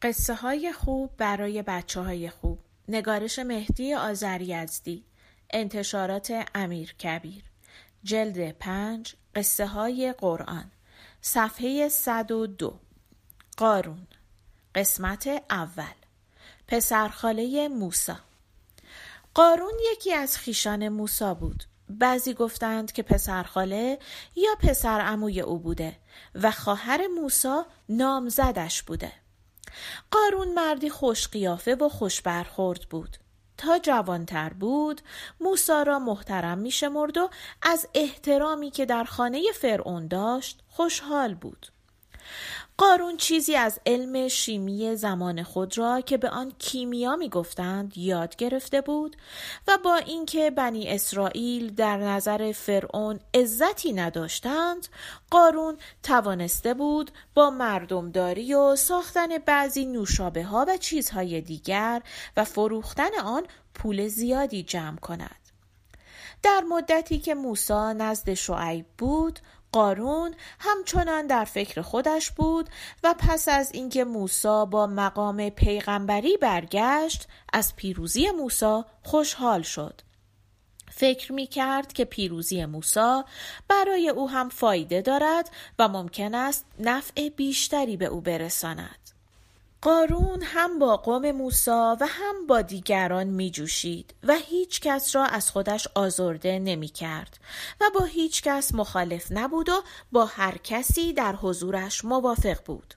قصه های خوب برای بچه های خوب. نگارش مهدی آذریزدی. انتشارات امیرکبیر. جلد 5. قصه های قرآن. صفحه 102. قارون. قسمت اول. پسرخاله موسی. قارون یکی از خویشان موسی بود. بعضی گفتند که پسرخاله یا پسر عموی او بوده و خواهر موسی نامزدش بوده. قارون مردی خوش قیافه و خوش برخورد بود. تا جوانتر بود موسی را محترم می شمرد و از احترامی که در خانه فرعون داشت خوشحال بود. قارون چیزی از علم شیمی زمان خود را که به آن کیمیا می گفتند یاد گرفته بود و با اینکه بنی اسرائیل در نظر فرعون عزتی نداشتند، قارون توانسته بود با مردمداری و ساختن بعضی نوشابه ها و چیزهای دیگر و فروختن آن پول زیادی جمع کند. در مدتی که موسی نزد شعیب بود، قارون همچنان در فکر خودش بود و پس از اینکه موسی با مقام پیغمبری برگشت از پیروزی موسی خوشحال شد. فکر می کرد که پیروزی موسی برای او هم فایده دارد و ممکن است نفع بیشتری به او برساند. قارون هم با قوم موسی و هم با دیگران می جوشید و هیچ کس را از خودش آزرده نمی کرد و با هیچ کس مخالف نبود و با هر کسی در حضورش موافق بود.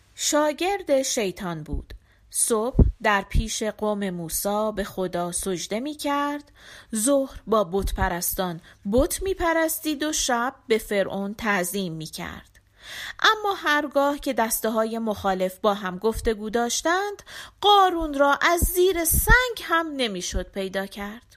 شاگرد شیطان بود. صبح در پیش قوم موسی به خدا سجده می کرد، ظهر با بت پرستان بت می پرستید و شب به فرعون تعظیم می کرد. اما هرگاه که دسته های مخالف با هم گفتگو داشتند، قارون را از زیر سنگ هم نمیشد پیدا کرد.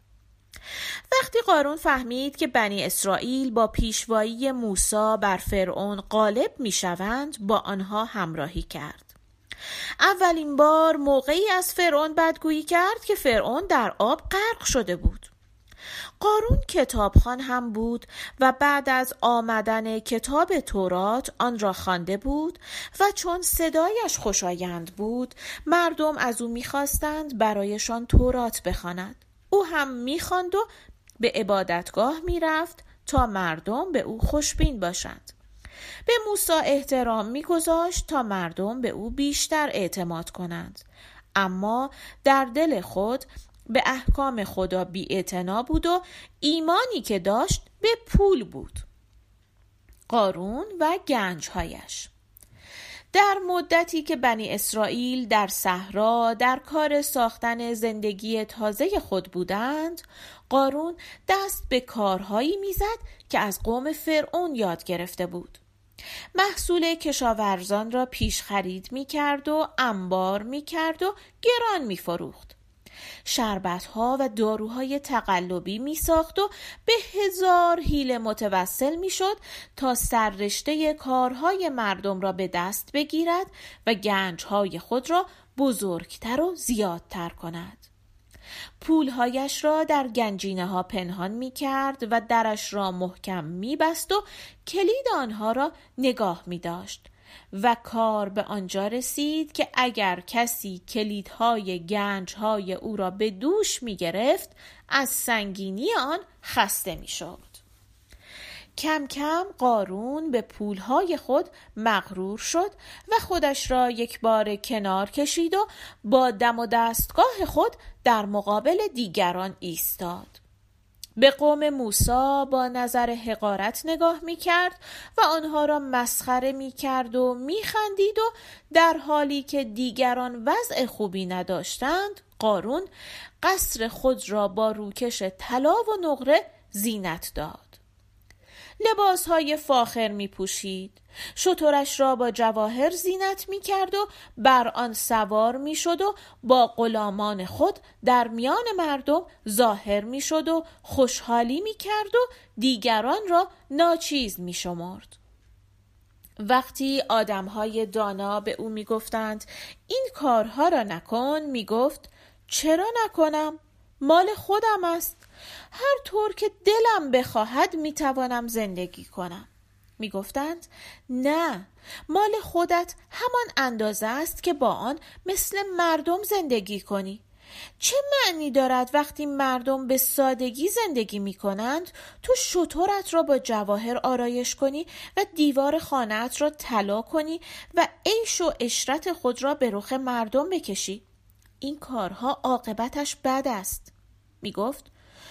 وقتی قارون فهمید که بنی اسرائیل با پیشوایی موسی بر فرعون غالب میشوند، با آنها همراهی کرد. اولین بار موقعی از فرعون بدگویی کرد که فرعون در آب غرق شده بود. قارون کتابخوان هم بود و بعد از آمدن کتاب تورات آن را خوانده بود و چون صدایش خوشایند بود مردم از او می‌خواستند برایشان تورات بخواند. او هم می‌خواند و به عبادتگاه می‌رفت تا مردم به او خوشبین باشند. به موسی احترام می‌گذاشت تا مردم به او بیشتر اعتماد کنند، اما در دل خود به احکام خدا بی‌اعتنا بود و ایمانی که داشت به پول بود. قارون و گنجهایش. در مدتی که بنی اسرائیل در صحرا در کار ساختن زندگی تازه خود بودند، قارون دست به کارهایی میزد که از قوم فرعون یاد گرفته بود. محصول کشاورزان را پیش خرید می‌کرد و انبار می‌کرد و گران می‌فروخت. شربت‌ها و داروهای تقلبی می‌ساخت و به 1000 حیله متوسل می‌شد تا سررشته کارهای مردم را به دست بگیرد و گنج‌های خود را بزرگتر و زیادتر کند. پولهایش را در گنجینه‌ها پنهان می‌کرد و درش را محکم می‌بست و کلید آنها را نگاه می‌داشت و کار به آنجا رسید که اگر کسی کلیدهای گنجهای او را به دوش می گرفت از سنگینی آن خسته می شد. کم کم قارون به پولهای خود مغرور شد و خودش را یک بار کنار کشید و با دم و دستگاه خود در مقابل دیگران ایستاد. به قوم موسی با نظر حقارت نگاه می کرد و آنها را مسخره می کرد و می خندید و در حالی که دیگران وضع خوبی نداشتند، قارون قصر خود را با روکش طلا و نقره زینت داد. لباسهای فاخر می پوشید، شترش را با جواهر زینت می کرد و بر آن سوار می شد و با غلامان خود در میان مردم ظاهر می شد و خوشحالی می کرد و دیگران را ناچیز می شمرد. وقتی آدمهای دانا به او می گفتند این کارها را نکن، می گفت چرا نکنم؟ مال خودم است. هر طور که دلم بخواهد میتوانم زندگی کنم. میگفتند نه، مال خودت همان اندازه است که با آن مثل مردم زندگی کنی. چه معنی دارد وقتی مردم به سادگی زندگی می کنند تو شترت را با جواهر آرایش کنی و دیوار خانه‌ات را طلا کنی و عیش و عشرت خود را به رخ مردم بکشی؟ این کارها عاقبتش بد است. می گفت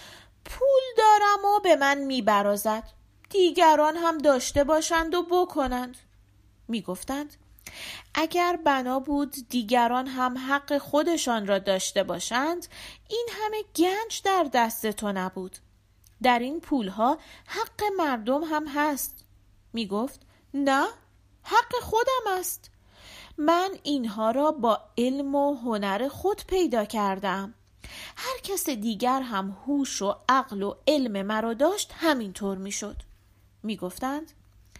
پول دارم و به من می برازد، دیگران هم داشته باشند و بکنند. می گفتند اگر بنا بود دیگران هم حق خودشان را داشته باشند، این همه گنج در دست تو نبود. در این پولها حق مردم هم هست. می گفت نه، حق خودم است. من اینها را با علم و هنر خود پیدا کردم. هر کس دیگر هم هوش و عقل و علم مرا داشت همینطور می شد. می گفتند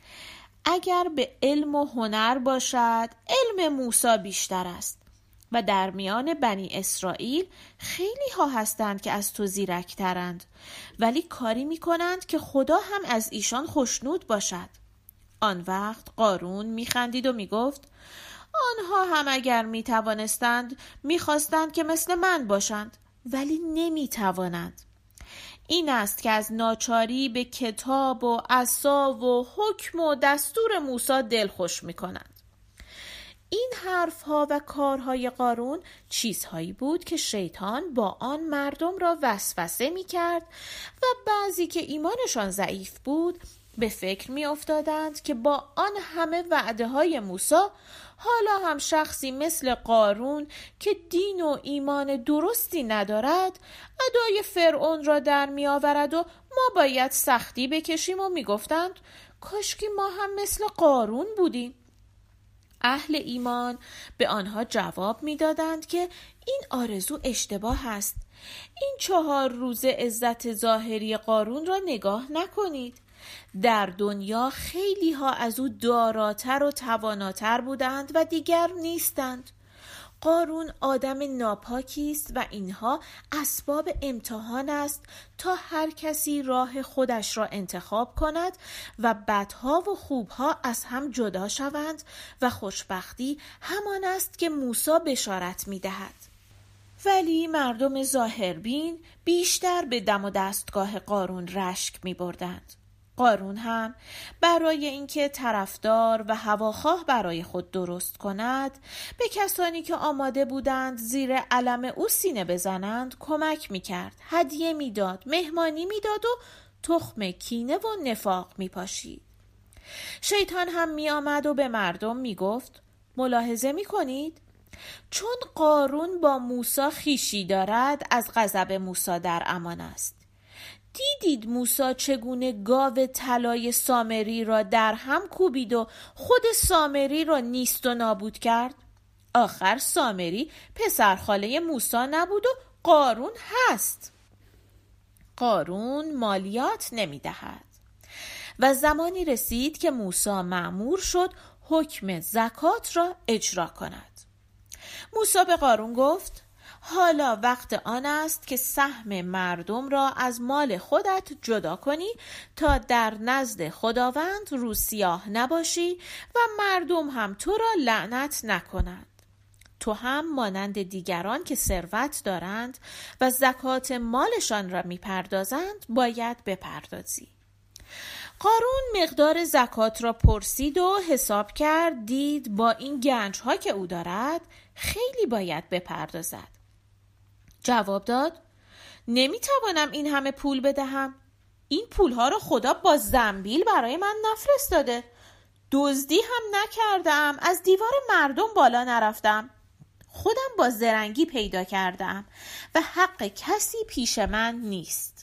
اگر به علم و هنر باشد علم موسی بیشتر است و در میان بنی اسرائیل خیلی ها هستند که از تو زیرکترند، ولی کاری می کنند که خدا هم از ایشان خوشنود باشد. آن وقت قارون می خندید و می گفت آنها هم اگر می توانستند می خواستند که مثل من باشند، ولی نمی توانند. این است که از ناچاری به کتاب و عصا و حکم و دستور موسی دلخوش می کنند. این حرفها و کارهای قارون چیزهایی بود که شیطان با آن مردم را وسوسه می کرد و بعضی که ایمانشان ضعیف بود به فکر می افتادند که با آن همه وعده های موسی حالا هم شخصی مثل قارون که دین و ایمان درستی ندارد ادای فرعون را در می آورد و ما باید سختی بکشیم و می گفتند کاشکی ما هم مثل قارون بودیم. اهل ایمان به آنها جواب می دادند که این آرزو اشتباه است. این 4 روزه عزت ظاهری قارون را نگاه نکنید. در دنیا خیلی ها از او داراتر و تواناتر بودند و دیگر نیستند. قارون آدم ناپاکی است و اینها اسباب امتحان است تا هر کسی راه خودش را انتخاب کند و بدها و خوبها از هم جدا شوند و خوشبختی همان است که موسی بشارت می دهد. ولی مردم ظاهربین بیشتر به دم و دستگاه قارون رشک می بردند. قارون هم برای اینکه طرفدار و هواخواه برای خود درست کند به کسانی که آماده بودند زیر علم او سینه بزنند کمک میکرد، هدیه میداد، مهمانی میداد و تخم کینه و نفاق میپاشید. شیطان هم میآمد و به مردم میگفت ملاحظه میکنید؟ چون قارون با موسی خویشی دارد از غضب موسی در امان است. دیدید موسی چگونه گاو طلای سامری را در هم کوبید و خود سامری را نیست و نابود کرد؟ آخر سامری پسرخاله موسی نبود و قارون هست. قارون مالیات نمی دهد و زمانی رسید که موسی مأمور شد حکم زکات را اجرا کند. موسی به قارون گفت حالا وقت آن است که سهم مردم را از مال خودت جدا کنی تا در نزد خداوند رو سیاه نباشی و مردم هم تو را لعنت نکنند. تو هم مانند دیگران که ثروت دارند و زکات مالشان را میپردازند باید بپردازی. قارون مقدار زکات را پرسید و حساب کرد، دید با این گنج ها که او دارد خیلی باید بپردازد. جواب داد نمیتوانم این همه پول بدهم. این پولها را خدا با زنبیل برای من نفرستاده. دزدی هم نکردم، از دیوار مردم بالا نرفتم. خودم با زرنگی پیدا کردم و حق کسی پیش من نیست.